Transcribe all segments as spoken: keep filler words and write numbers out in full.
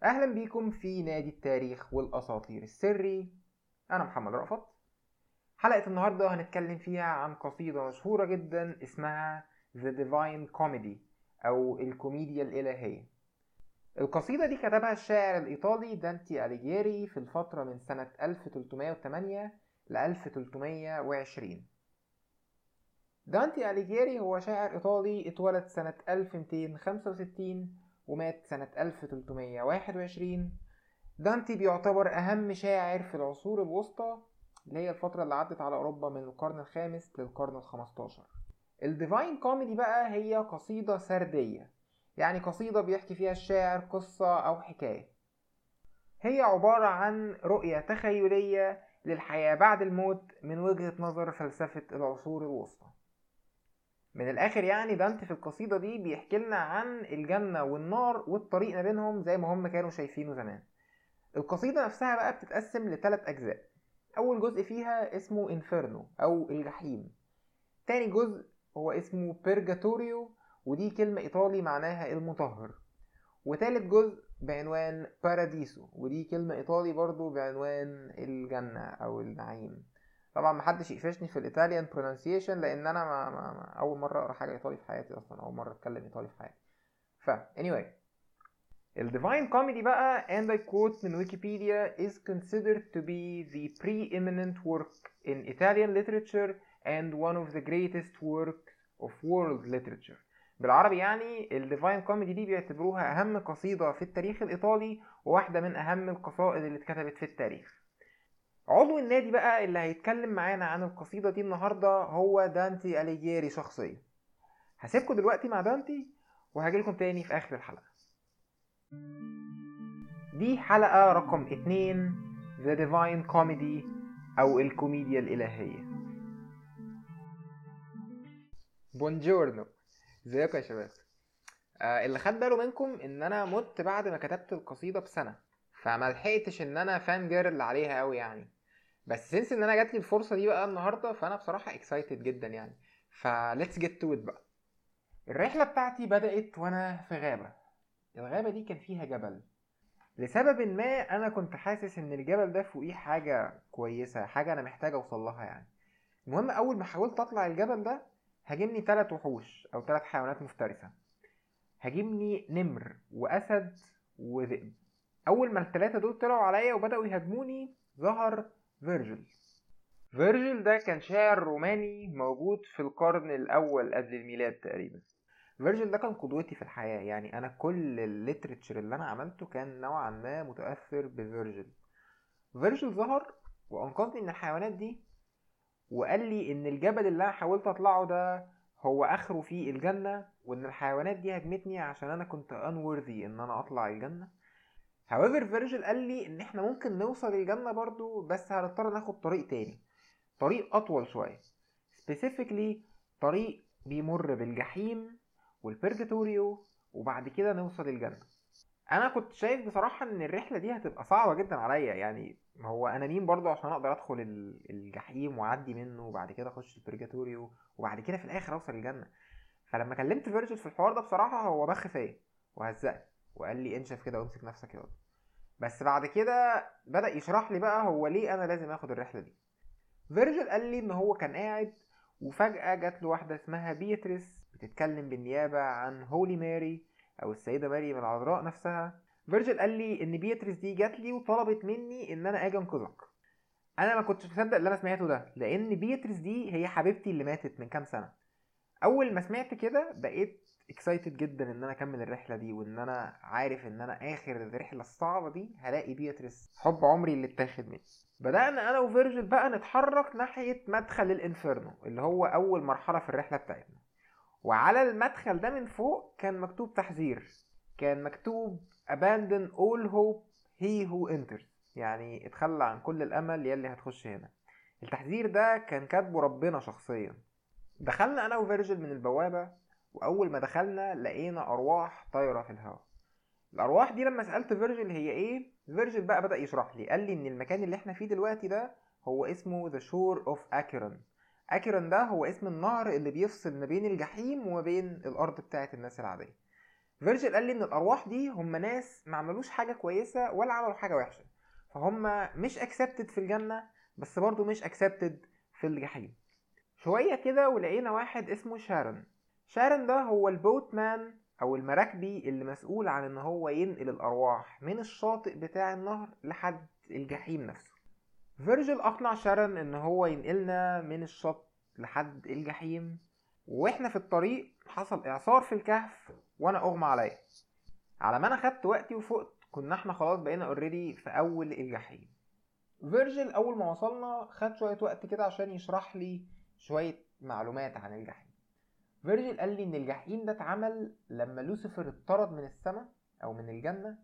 أهلا بيكم في نادي التاريخ والأساطير السري. أنا محمد رأفت. حلقة النهاردة هنتكلم فيها عن قصيدة مشهورة جدا اسمها The Divine Comedy أو الكوميديا الإلهية. القصيدة دي كتبها الشاعر الإيطالي دانتي أليجيري في الفترة من سنة ألف وثلاثمائة وثمانية ل ألف وثلاثمائة وعشرين. دانتي أليجيري هو شاعر إيطالي اتولد سنة ألف ومئتين وخمسة وستين ومات سنة ألف وثلاثمائة وواحد وعشرين. دانتي بيعتبر أهم شاعر في العصور الوسطى اللي هي الفترة اللي عدت على أوروبا من القرن الخامس للقرن الخمستاشر. الديفاين كوميدي بقى هي قصيدة سردية، يعني قصيدة بيحكي فيها الشاعر قصة أو حكاية. هي عبارة عن رؤية تخيلية للحياة بعد الموت من وجهة نظر فلسفة العصور الوسطى. من الآخر يعني دانتي في القصيدة دي بيحكي لنا عن الجنة والنار والطريق ما بينهم زي ما هم كانوا شايفينه زمان. القصيدة نفسها بقى بتتقسم لثلاث أجزاء. أول جزء فيها اسمه إنفيرنو أو الجحيم. تاني جزء هو اسمه بيرجاتوريو، ودي كلمة إيطالي معناها المطهر. وتالت جزء بعنوان باراديسو، ودي كلمة إيطالي برضو بعنوان الجنة أو النعيم. طبعا محدش يقفشني في الإيطاليان برونانسيشن لأن أنا ما ما ما أول مرة أقرأ حاجة إيطالي في حياتي أصلا، أول مرة أتكلم إيطالي في حياتي. ف anyway الديفاين كوميدي بقى and I quote من ويكيبيديا is considered to be the preeminent work in Italian literature and one of the greatest works of world literature. بالعربي يعني الديفاين كوميدي دي بيعتبروها أهم قصيدة في التاريخ الإيطالي وواحدة من أهم القصائد اللي اتكتبت في التاريخ. عضو النادي بقى اللي هيتكلم معانا عن القصيدة دي النهاردة هو دانتي أليجيري شخصيا. هسيبكم دلوقتي مع دانتي وهجيلكم تاني في آخر الحلقة. دي حلقة رقم اتنين The Divine Comedy أو الكوميديا الإلهية. بونجورنو، ازيكم يا شباب؟ آه اللي خد باله منكم ان انا مت بعد ما كتبت القصيدة بسنة، فما لحقتش ان انا فان جيرل عليها قوي يعني. بس سنس ان انا جاتلي الفرصة دي بقى النهاردة فانا بصراحة اكسايتد جدا يعني. فليتس جيت تو ات بقى. الرحلة بتاعتي بدأت وانا في غابة. الغابة دي كان فيها جبل. لسبب ما انا كنت حاسس ان الجبل ده فوقيه حاجة كويسة، حاجة انا محتاج اوصل لها يعني. المهم اول ما حاولت اطلع الجبل ده هاجمني ثلاث وحوش او ثلاث حيوانات مفترسة. هاجمني نمر واسد وذئب. اول ما الثلاثة دول طلعوا عليا وبدأوا يهاجموني ظهر فيرجل. فيرجل ده كان شاعر روماني موجود في القرن الاول قبل الميلاد تقريبا. فيرجل ده كان قدوتي في الحياة، يعني أنا كل الليترتشر اللي أنا عملته كان نوعا ما متأثر بفيرجل. فيرجل ظهر وأنقذني من الحيوانات دي وقال لي إن الجبل اللي أنا حاولت أطلعه ده هو آخره فيه الجنة، وإن الحيوانات دي هجمتني عشان أنا كنت unworthy إن أنا أطلع الجنة. however فيرجل قال لي إن إحنا ممكن نوصل الجنة برضو، بس هنضطر ناخد طريق تاني، طريق أطول شوية، specifically طريق بيمر بالجحيم والبرجاتوريو وبعد كده نوصل الجنة. انا كنت شايف بصراحة ان الرحلة دي هتبقى صعبة جدا عليا، يعني هو انا مين برضو عشان اقدر ادخل الجحيم واعدي منه وبعد كده اخش البرجاتوريو وبعد كده في الاخر اوصل الجنة. فلما كلمت فيرجل في الحوار ده بصراحة هو بخ فيا وهزقني وقال لي انشف كده وامسك نفسك يا ولد. بس بعد كده بدأ يشرح لي بقى هو ليه انا لازم اخد الرحلة دي. فيرجل قال لي ان هو كان قاعد وفجأة جات له واحدة اسمها بيتريس بتتكلم بالنيابة عن هولي ماري او السيدة مريم العذراء نفسها. فيرجل قال لي ان بيتريس دي جات لي وطلبت مني ان انا اجي انقذك. انا ما كنتش مصدق اللي انا سمعته ده لان بيتريس دي هي حبيبتي اللي ماتت من كام سنة. اول ما سمعت كده بقيت اكسايتد جدا ان انا اكمل الرحلة دي، وان انا عارف ان انا اخر الرحلة الصعبة دي هلاقي بيتريس حب عمري اللي اتاخد مني. بدأنا انا وفيرجل بقى نتحرك ناحية مدخل الانفيرنو اللي هو اول مرحلة في الرحلة بتاعتنا. وعلى المدخل ده من فوق كان مكتوب تحذير، كان مكتوب abandon all hope he who enters، يعني اتخلى عن كل الامل يلي هتخش هنا. التحذير ده كان كاتبه ربنا شخصيا. دخلنا انا وفيرجل من البوابة، واول ما دخلنا لقينا ارواح طايرة في الهواء. الارواح دي لما سألت فيرجل هي ايه، فيرجل بقى بدأ يشرح لي. قال لي ان المكان اللي احنا فيه دلوقتي ده هو اسمه the shore of Acheron. أكيرون ده هو اسم النهر اللي بيفصل ما بين الجحيم وما بين الارض بتاعت الناس العادية. فيرجل قال لي ان الارواح دي هم ناس ما عملوش حاجه كويسه ولا عملوا حاجه وحشه، فهم مش اكسبتد في الجنه بس برضو مش اكسبتد في الجحيم. شويه كده ولقينا واحد اسمه شارون. شارون ده هو البوت مان او المراكبي اللي مسؤول عن ان هو ينقل الارواح من الشاطئ بتاع النهر لحد الجحيم نفسه. فيرجل اقنع شارون ان هو ينقلنا من الشط لحد الجحيم، واحنا في الطريق حصل اعصار في الكهف وانا اغمى عليا. على ما انا خدت وقتي وفقت كنا احنا خلاص بقينا اوريدي في اول الجحيم. فيرجل اول ما وصلنا خد شويه وقت كده عشان يشرح لي شويه معلومات عن الجحيم. فيرجل قال لي ان الجحيم ده اتعمل لما لوسيفر اتطرد من السماء او من الجنه،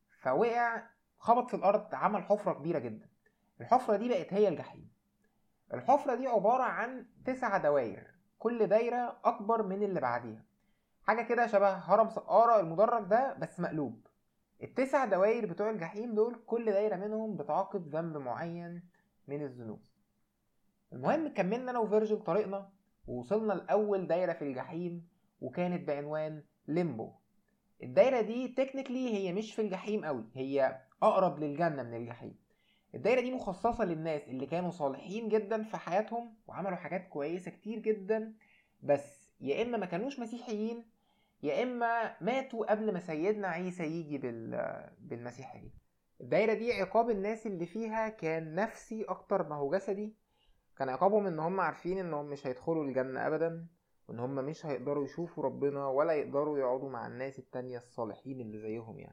فوقع خبط في الارض عمل حفره كبيره جدا. الحفره دي بقت هي الجحيم. الحفره دي عباره عن تسع دواير، كل دايره اكبر من اللي بعديها، حاجه كده شبه هرم سقاره المدرج ده بس مقلوب. التسع دواير بتوع الجحيم دول كل دايره منهم بتعاقب ذنب معين من الذنوب. المهم كملنا انا وفيرجل طريقنا ووصلنا لاول دايره في الجحيم وكانت بعنوان ليمبو. الدايره دي تكنيكلي هي مش في الجحيم قوي، هي اقرب للجنه من الجحيم. الدايره دي مخصصه للناس اللي كانوا صالحين جدا في حياتهم وعملوا حاجات كويسه كتير جدا، بس يا اما ما كانوش مسيحيين يا اما ماتوا قبل ما سيدنا عيسى يجي بالمسيحيه. الدايره دي عقاب الناس اللي فيها كان نفسي اكتر ما هو جسدي. كان عقابهم ان هم عارفين انهم مش هيدخلوا الجنه ابدا، وان هم مش هيقدروا يشوفوا ربنا ولا يقدروا يقعدوا مع الناس التانية الصالحين اللي زيهم يعني.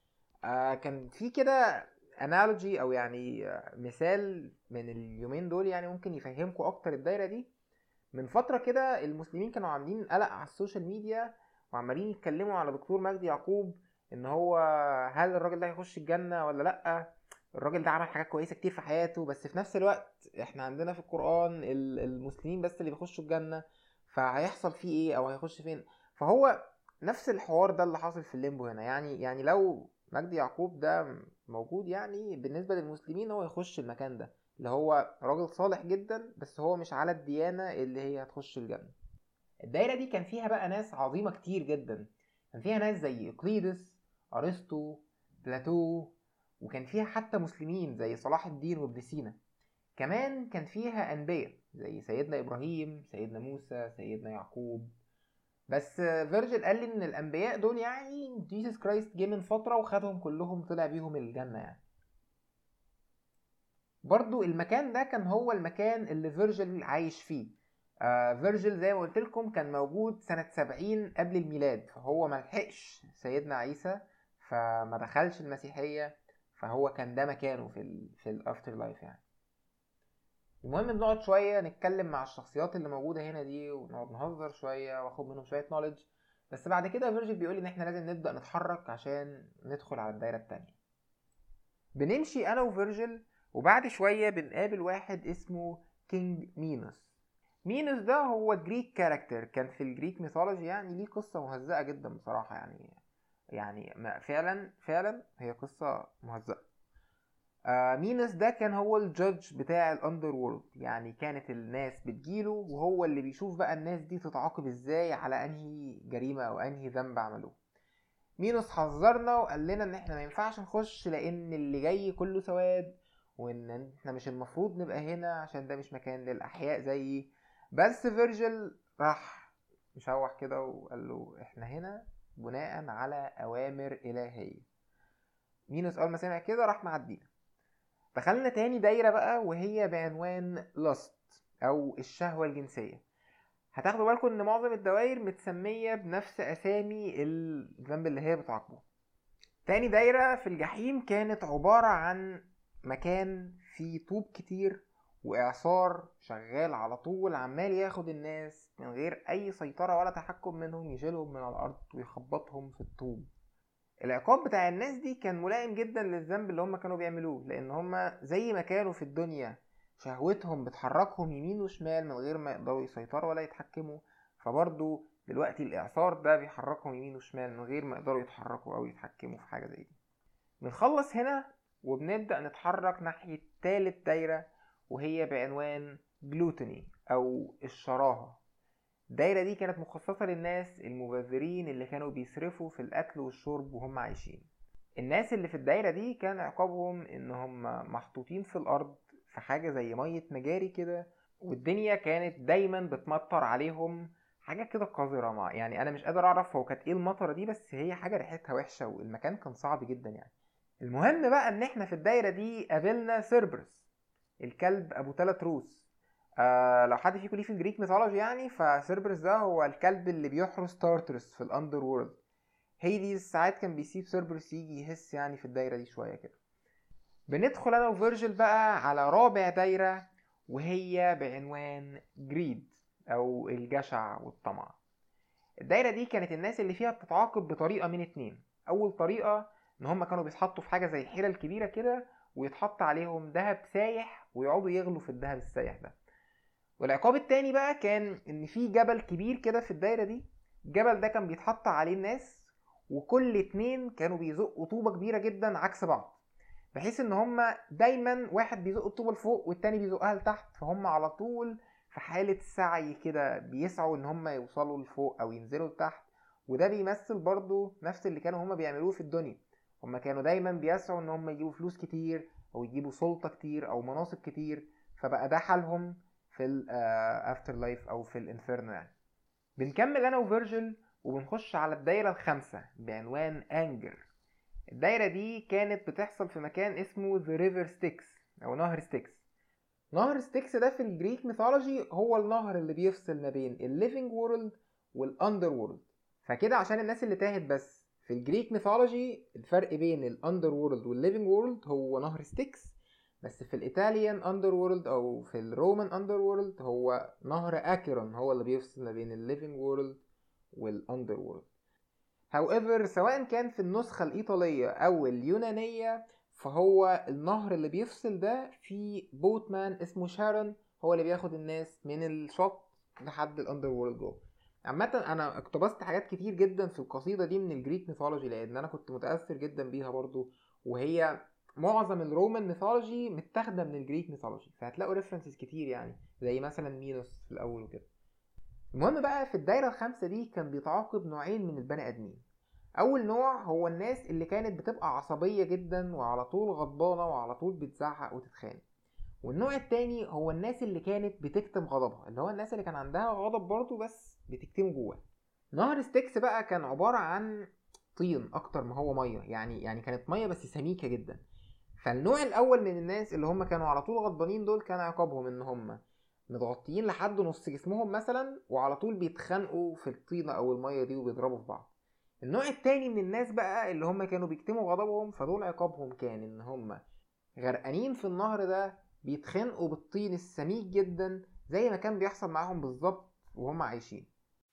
آه كان في كده انالوجي او يعني مثال من اليومين دول يعني ممكن يفهمكم اكتر الدايره دي. من فتره كده المسلمين كانوا عاملين قلق على السوشيال ميديا وعمالين يتكلموا على دكتور مجدي يعقوب ان هو هل الراجل ده هيخش الجنه ولا لا. الراجل ده عمل حاجات كويسه كتير في حياته بس في نفس الوقت احنا عندنا في القران المسلمين بس اللي بيخشوا الجنه، فهيحصل فيه ايه او هيخش فين. فهو نفس الحوار ده اللي حاصل في الليمبو هنا. يعني يعني لو مجدي يعقوب ده موجود يعني بالنسبه للمسلمين هو يخش المكان ده، اللي هو راجل صالح جدا بس هو مش على الديانه اللي هي هتخش الجنه. الدايره دي كان فيها بقى ناس عظيمه كتير جدا. كان فيها ناس زي اقليدس، ارسطو، بلاتو، وكان فيها حتى مسلمين زي صلاح الدين وابن سينا. كمان كان فيها انبياء زي سيدنا ابراهيم، سيدنا موسى، سيدنا يعقوب. بس فيرجل قال لي ان الانبياء دول يعني جيسس كرايست جه من فتره وخدهم كلهم طلع بيهم الجنه يعني. برضو المكان ده كان هو المكان اللي فيرجل عايش فيه. آه فيرجل زي ما قلت لكم كان موجود سنة سبعين قبل الميلاد، فهو ملحقش سيدنا عيسى فما دخلش المسيحية، فهو كان ده مكانه في ال في الافتر لايف يعني. المهم بنقعد شوية نتكلم مع الشخصيات اللي موجودة هنا دي ونقعد نهزر شوية واخد منهم شوية نوليدج. بس بعد كده فيرجل بيقول ان احنا لازم نبدأ نتحرك عشان ندخل على الدايرة التانية. بنمشي انا وفيرجل وبعد شوية بنقابل واحد اسمه كينج مينوس. مينوس ده هو جريك كاركتر كان في الجريك ميثولوجي، يعني ليه قصة مهزأة جدا بصراحة يعني. يعني فعلا فعلا هي قصة مهزأة. آه مينوس ده كان هو الجادج بتاع الاندر وورلد، يعني كانت الناس بتجيله وهو اللي بيشوف بقى الناس دي تتعاقب ازاي على انهي جريمة او انهي ذنب عملوه. مينوس حذرنا وقال لنا ان احنا ما ينفعش نخش لان اللي جاي كله سواد، وان احنا مش المفروض نبقى هنا عشان ده مش مكان للاحياء زيي. بس فيرجل راح مشوح كده وقال له احنا هنا بناء على اوامر الهيه. مينوس اول ما سمع كده راح معدينا. دخلنا تاني دايره بقى وهي بعنوان لاست او الشهوه الجنسيه. هتاخدوا بالكم ان معظم الدوائر متسميه بنفس اسامي الذنب اللي هي بتعاقبه. تاني دايرة في الجحيم كانت عبارة عن مكان فيه طوب كتير وإعصار شغال على طول عمال ياخد الناس من غير أي سيطرة ولا تحكم منهم، يشيلهم من على الأرض ويخبطهم في الطوب. العقاب بتاع الناس دي كان ملائم جدا للذنب اللي هم كانوا بيعملوه، لأن هم زي ما كانوا في الدنيا شهوتهم بتحركهم يمين وشمال من غير ما يقدروا يسيطروا ولا يتحكموا، فبرضو دلوقتي الإعصار ده بيحركهم يمين وشمال من غير ما يقدروا يتحركوا أو يتحكموا في حاجة زي دي. بنخلص هنا وبنبدأ نتحرك ناحية تالت دايرة وهي بعنوان جلوتوني أو الشراهة. الدايرة دي كانت مخصصة للناس المبذرين اللي كانوا بيسرفوا في الأكل والشرب وهم عايشين. الناس اللي في الدايرة دي كان عقابهم إن هم محطوطين في الأرض في حاجة زي مية مجاري كده، والدنيا كانت دايما بتمطر عليهم حاجة كده قذرة. مع يعني أنا مش قادر أعرف هو كانت إيه المطرة دي، بس هي حاجة ريحتها وحشة والمكان كان صعب جدا يعني. المهم بقى إن إحنا في الدايرة دي قابلنا سيربرس، الكلب أبو تلات روس. آه لو حد فيكم ليه في الجريك ميثولوجي يعني، فسيربرس ده هو الكلب اللي بيحرس تارترس في الأندر وورلد. هيديز ساعات كان بيسيب سيربرس يجي يهس يعني في الدايرة دي شوية كده. بندخل انا وفيرجل بقى على رابع دايرة، وهي بعنوان جريد او الجشع والطمع. الدايرة دي كانت الناس اللي فيها بتتعاقب بطريقة من اتنين. اول طريقة ان هم كانوا بيتحطوا في حاجة زي الحيرة الكبيرة كده، ويتحط عليهم دهب سايح ويقعدوا يغلوا في الدهب السايح ده. والعقاب التاني بقى كان ان في جبل كبير كده في الدايرة دي. الجبل ده كان بيتحط عليه الناس، وكل اتنين كانوا بيزقوا طوبة كبيرة جدا عكس بعض، بحيث ان هما دايما واحد بيزق الطوبة لفوق والتاني بيزقها لتحت، فهم على طول في حالة سعي كده، بيسعوا ان هما يوصلوا لفوق او ينزلوا لتحت. وده بيمثل برضو نفس اللي كانوا هما بيعملوه في الدنيا. هما كانوا دايما بيسعوا ان هما يجيبوا فلوس كتير او يجيبوا سلطة كتير او مناصب كتير، فبقى ده حالهم في الافتر لايف او في الانفيرنو يعني. بنكمل انا وفيرجل وبنخش على الدايرة الخامسة بعنوان انجر. الدايرة دي كانت بتحصل في مكان اسمه The River Styx أو نهر ستيكس. نهر ستيكس ده في الجريك ميثولوجي هو النهر اللي بيفصل ما بين الليفينج وورلد والأندر وورلد. فكده عشان الناس اللي تاهت، بس في الجريك ميثولوجي الفرق بين الأندر وورلد والليفينج وورلد هو نهر ستيكس، بس في الإيطاليان أندر وورلد أو في الرومان أندر وورلد هو نهر أكيرون هو اللي بيفصل ما بين الليفينج وورلد والأندر وورلد. however سواء كان في النسخة الإيطالية أو اليونانية، فهو النهر اللي بيفصل ده في بوتمان اسمه شارون هو اللي بياخد الناس من الشط لحد الأندر وورلد جوه. عامة أنا اقتبست حاجات كتير جدا في القصيدة دي من الجريك ميثولوجي، لأن أنا كنت متأثر جدا بيها برضو، وهي معظم الرومان ميثولوجي متاخدة من الجريك ميثولوجي، فهتلاقوا ريفرنسز كتير يعني زي مثلا مينوس في الأول وكده. المهم بقى في الدايرة الخامسة دي كان بيتعاقب نوعين من البني آدمين. اول نوع هو الناس اللي كانت بتبقى عصبية جدا وعلى طول غضبانة وعلى طول بتزعق وتتخانق. والنوع التاني هو الناس اللي كانت بتكتم غضبها، اللي هو الناس اللي كان عندها غضب برضو بس بتكتمه جوه. نهر ستيكس بقى كان عبارة عن طين اكتر ما هو مية، يعني يعني كانت مية بس سميكة جدا. فالنوع الاول من الناس اللي هم كانوا على طول غضبانين دول كان عقابهم ان هم متغطيين لحد نص جسمهم مثلا وعلى طول بيتخانقوا في الطينة او المية دي وبيضربوا في بعض. النوع التاني من الناس بقى اللي هم كانوا بيكتموا غضبهم، فدول عقابهم كان ان هم غرقانين في النهر ده بيتخانقوا بالطين السميك جدا زي ما كان بيحصل معاهم بالظبط وهم عايشين.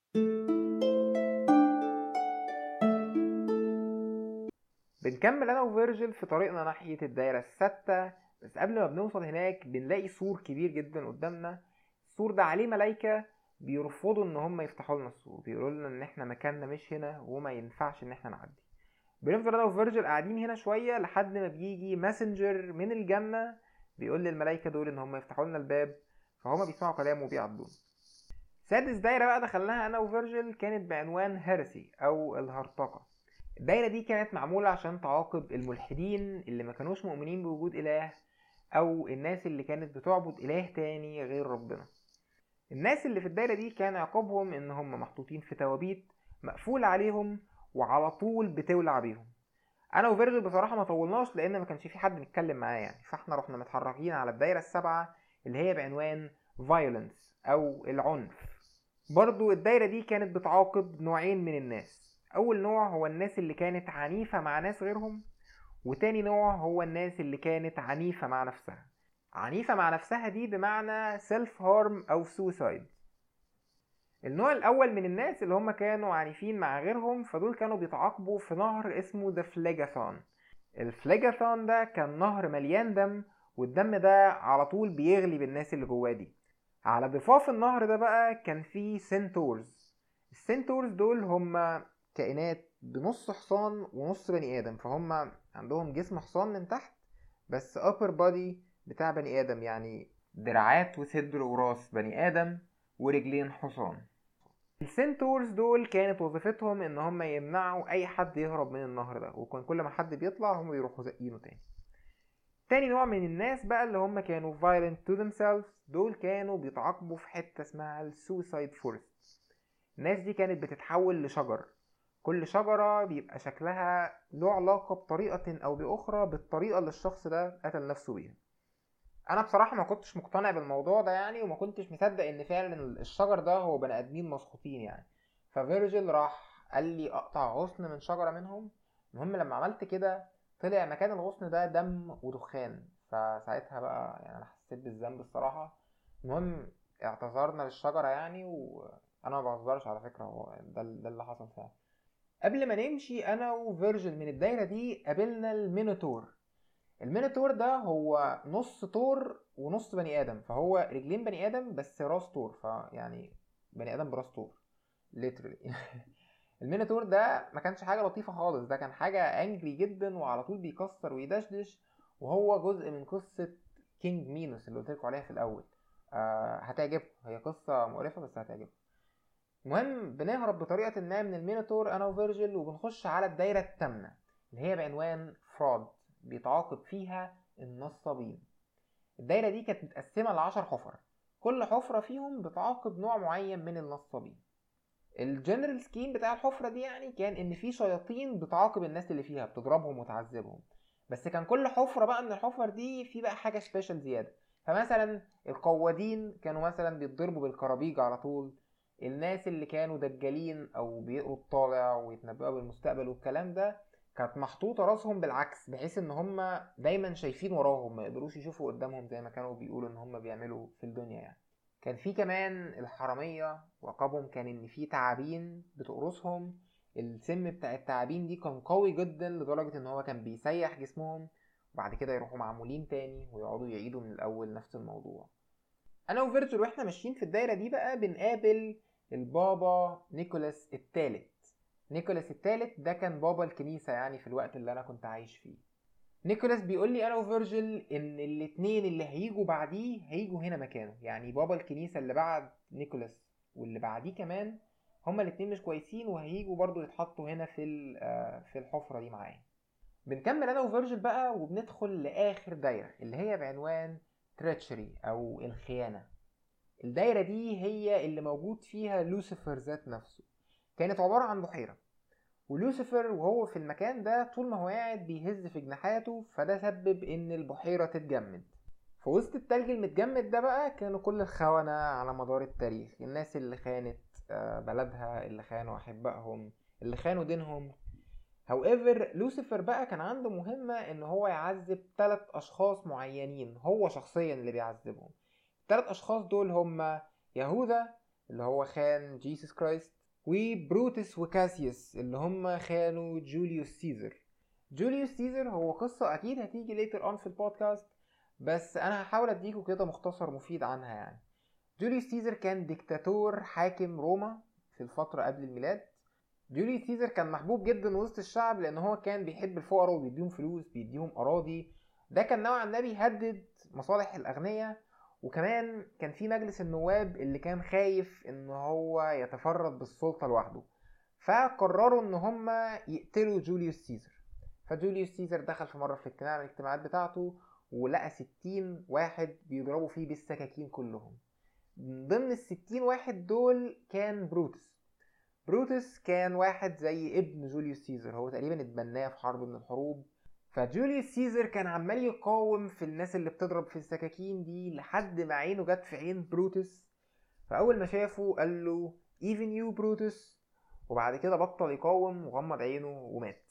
بنكمل انا وفيرجل في طريقنا ناحية الدايرة الستة، بس قبل ما بنوصل هناك بنلاقي سور كبير جدا قدامنا. السور ده عليه ملايكة بيرفضوا ان هم يفتحوا لنا السور، بيقولوا لنا ان احنا مكاننا مش هنا وما ينفعش ان احنا نعدي. بنفضل انا وفيرجل قاعدين هنا شويه لحد ما بيجي ماسنجر من الجنه بيقول للملائكه دول ان هم يفتحوا لنا الباب، فهم بيسمعوا كلامه وبيعدون. سادس دايره بقى دخلناها انا وفيرجل كانت بعنوان هيرسي او الهرطقه. الدايره دي كانت معموله عشان تعاقب الملحدين اللي ما كانوش مؤمنين بوجود اله، او الناس اللي كانت بتعبد اله تاني غير ربنا. الناس اللي في الدايره دي كان عقابهم ان هم محطوطين في توابيت مقفول عليهم وعلى طول بتولع بيهم. انا وفيرجل بصراحه ما طولناش لان ما كانش في حد نتكلم معاه يعني، فاحنا رحنا متحركين على الدايره السابعه اللي هي بعنوان violence او العنف. برضو الدايره دي كانت بتعاقب نوعين من الناس. اول نوع هو الناس اللي كانت عنيفه مع ناس غيرهم، وتاني نوع هو الناس اللي كانت عنيفه مع نفسها. عنيفه مع نفسها دي بمعنى self harm او suicide. النوع الاول من الناس اللي هم كانوا عنيفين مع غيرهم، فدول كانوا بيتعاقبوا في نهر اسمه ذا فليجاثون. الفليجاثون ده كان نهر مليان دم، والدم ده على طول بيغلي بالناس اللي جواه دي. على ضفاف النهر ده بقى كان فيه سنتورز. السنتورز دول هم كائنات بنص حصان ونص بني ادم، فهم عندهم جسم حصان من تحت بس upper body بتاع بني ادم، يعني دراعات وصدر وراس بني ادم ورجلين حصان. السنتورز دول كانت وظيفتهم ان هم يمنعوا اي حد يهرب من النهر ده، وكان كل ما حد بيطلع هم بيروحوا زقينه تاني. تاني نوع من الناس بقى اللي هم كانوا violent to themselves، دول كانوا بيتعاقبوا في حتة اسمها السوسايد فورست. الناس دي كانت بتتحول لشجر، كل شجرة بيبقى شكلها له علاقة بطريقة او باخرى بالطريقة اللي الشخص ده قتل نفسه بيها. انا بصراحة ما كنتش مقتنع بالموضوع ده يعني، وما كنتش مصدق ان فعلا الشجر ده هو بني ادمين مسخوطين يعني. ففيرجيل راح قال لي اقطع غصن من شجرة منهم. المهم لما عملت كده طلع مكان الغصن ده دم ودخان، فساعتها بقى يعني انا حسيت بالذنب الصراحة. المهم اعتذرنا للشجرة يعني، وانا ما بهزرش على فكرة، هو ده, ده اللي حصل فعلا. قبل ما نمشي انا وفيرجيل من الدايرة دي قابلنا المينوتور. المينوتور ده هو نص طور ونص بني ادم، فهو رجلين بني ادم بس راس طور، فيعني بني ادم براس طور literally. المينوتور ده ما كانش حاجه لطيفه خالص، ده كان حاجه انجري جدا وعلى طول بيكسر ويدشدش، وهو جزء من قصه كينج مينوس اللي قلت لكم عليها في الاول. آه هتعجبكم، هي قصه مقرفه بس هتعجبكم. المهم بنهرب بطريقه ما من المينوتور انا وفيرجيل، وبنخش على الدايره الثامنه اللي هي بعنوان فراد، بيتعاقب فيها النصابين. الدايرة دي كانت متقسمة لعشر حفر، كل حفرة فيهم بتعاقب نوع معين من النصابين. الجنرال سكيم بتاع الحفرة دي يعني كان ان في شياطين بتعاقب الناس اللي فيها، بتضربهم وتعذبهم. بس كان كل حفرة بقى من الحفر دي في بقى حاجة سبيشال زيادة. فمثلا القوادين كانوا مثلا بيتضربوا بالكرابيج على طول. الناس اللي كانوا دجالين او بيقروا الطالع ويتنبؤوا بالمستقبل والكلام ده كانت محطوطة راسهم بالعكس، بحيث ان هم دايما شايفين وراهم، ما يقدروش يشوفوا قدامهم زي ما كانوا بيقولوا ان هم بيعملوا في الدنيا يعني. كان في كمان الحرامية، وعقابهم كان ان في تعابين بتقرصهم. السم بتاع التعابين دي كان قوي جدا لدرجة ان هو كان بيسيح جسمهم، وبعد كده يروحوا معمولين تاني ويقعدوا يعيدوا من الاول نفس الموضوع. انا وفيرتول واحنا ماشيين في الدايرة دي بقى بنقابل البابا نيكولاس الثالث. نيكولاس الثالث ده كان بابا الكنيسة يعني في الوقت اللي انا كنت عايش فيه. نيكولاس بيقول لي انا وفيرجيل ان الاتنين اللي هيجوا بعديه هيجوا هنا مكانه، يعني بابا الكنيسة اللي بعد نيكولاس واللي بعديه كمان هما الاتنين مش كويسين، وهيجوا برضو يتحطوا هنا في في الحفرة دي معايا. بنكمل انا وفيرجيل بقى وبندخل لاخر دايرة اللي هي بعنوان تريتشري او الخيانة. الدايرة دي هي اللي موجود فيها لوسيفر ذات نفسه. كانت عبارة عن بحيرة، ولوسيفر وهو في المكان ده طول ما هو قاعد بيهز في جناحاته، فده سبب ان البحيرة تتجمد. في وسط التلج المتجمد ده بقى كانوا كل الخونة على مدار التاريخ، الناس اللي خانت بلدها، اللي خانوا أحبائهم، اللي خانوا دينهم. however لوسيفر بقى كان عنده مهمة ان هو يعذب ثلاث اشخاص معينين، هو شخصيا اللي بيعذبهم. الثلاث اشخاص دول هم يهوذا اللي هو خان جيسوس كرايست، وبروتس وكاسيوس اللي هم خانوا جوليوس سيزر. جوليوس سيزر هو قصة اكيد هتيجي later on في البودكاست، بس انا هحاول اديكوا كده مختصر مفيد عنها يعني. جوليوس سيزر كان ديكتاتور حاكم روما في الفترة قبل الميلاد. جوليوس سيزر كان محبوب جدا وسط الشعب لان هو كان بيحب الفقراء وبيديهم فلوس، بيديهم اراضي. ده كان نوعا ما بيهدد مصالح الاغنياء، وكمان كان في مجلس النواب اللي كان خايف ان هو يتفرد بالسلطة لوحده، فقرروا ان هم يقتلوا جوليوس سيزر. فجوليوس سيزر دخل في مرة في اجتماع من الاجتماعات بتاعته ولقى ستين واحد بيضربوا فيه بالسكاكين كلهم. من ضمن الستين واحد دول كان بروتس. بروتس كان واحد زي ابن جوليوس سيزر، هو تقريبا اتبناه في حرب من الحروب. فجوليوس سيزر كان عمال يقاوم في الناس اللي بتضرب في السكاكين دي لحد ما عينه جت في عين بروتس. فأول ما شافه قال له even you بروتس، وبعد كده بطل يقاوم وغمض عينه ومات.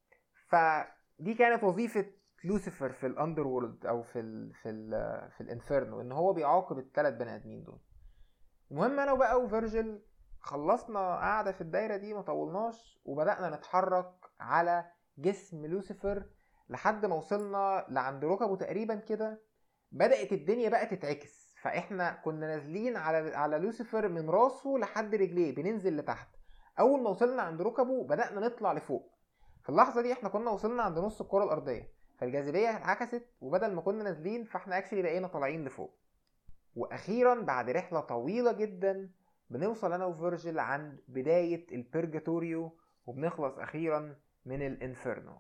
فدي كانت وظيفة لوسيفر في الاندر وورلد او في ال في ال في الانفيرنو، ان هو بيعاقب الثلاث بني ادمين دول. المهم انا وبقى وفيرجيل خلصنا قاعدة في الدايرة دي ما طولناش، وبدأنا نتحرك على جسم لوسيفر لحد ما وصلنا لعند ركبه تقريبا كده. بدأت الدنيا بقى تتعكس، فاحنا كنا نازلين على على لوسيفر من راسه لحد رجليه، بننزل لتحت. اول ما وصلنا عند ركبه بدأنا نطلع لفوق. في اللحظة دي احنا كنا وصلنا عند نص الكرة الأرضية، فالجاذبية اتعكست، وبدل ما كنا نازلين فاحنا اكشلي بقينا طالعين لفوق. واخيرا بعد رحلة طويلة جدا بنوصل انا وفيرجل عند بداية البرجاتوريو وبنخلص اخيرا من الانفيرنو.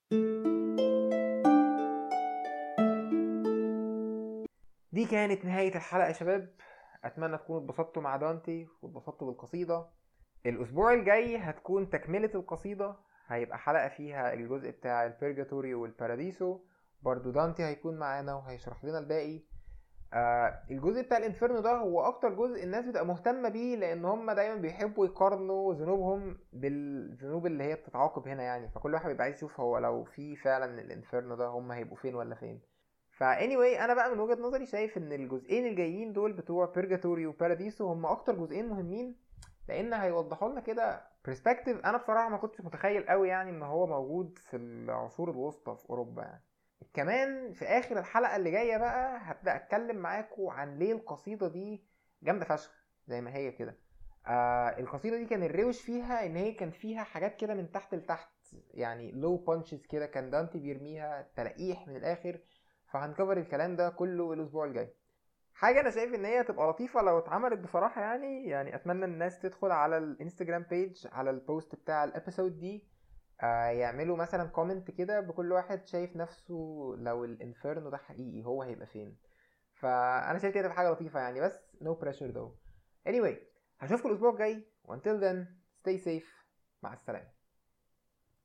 دي كانت نهاية الحلقة يا شباب. اتمنى تكونوا اتبسطتوا مع دانتي واتبسطتوا بالقصيدة. الاسبوع الجاي هتكون تكملة القصيدة، هيبقى حلقة فيها الجزء بتاع البرجاتوريو والباراديسو، برضو دانتي هيكون معانا وهيشرح لنا الباقي. آه الجزء بتاع الانفيرنو ده هو اكتر جزء الناس بتبقى مهتمة بيه، لان هم دايما بيحبوا يقارنوا ذنوبهم بالذنوب اللي هي بتتعاقب هنا يعني، فكل واحد بيبقى عايز يشوف هو لو في فعلا الانفيرنو ده هم هيبقوا فين ولا فين. فا anyway انا بقى من وجهة نظري شايف ان الجزئين الجايين دول بتوع بيرجاتوري وباراديسو هم اكتر جزئين مهمين، لان هيوضحوا لنا كده برسبكتيف انا بصراحة ما كنتش متخيل قوي يعني ان هو موجود في العصور الوسطى في اوروبا يعني. كمان في اخر الحلقة اللي جاية بقى هبدأ اتكلم معاكم عن ليه القصيدة دي جامدة فشخ زي ما هي كده. آه القصيدة دي كان الروش فيها ان هي كان فيها حاجات كده من تحت لتحت، يعني لو بانشز كده كان دانتي بيرميها تلقيح من الاخر. فهنكفر الكلام ده كله الاسبوع الجاي. حاجة انا شايف ان هي تبقى لطيفة لو اتعملت بصراحة يعني يعني اتمنى الناس تدخل على الانستجرام بيج على البوست بتاع الابيسود دي، آه يعملوا مثلا كومنت كده بكل واحد شايف نفسه لو الانفيرنو ده حقيقي هو هيبقى فين. فانا شايف كده تبقى حاجة لطيفة يعني، بس no pressure though. anyway هشوفكم الاسبوع الجاي و until then stay safe. مع السلامة.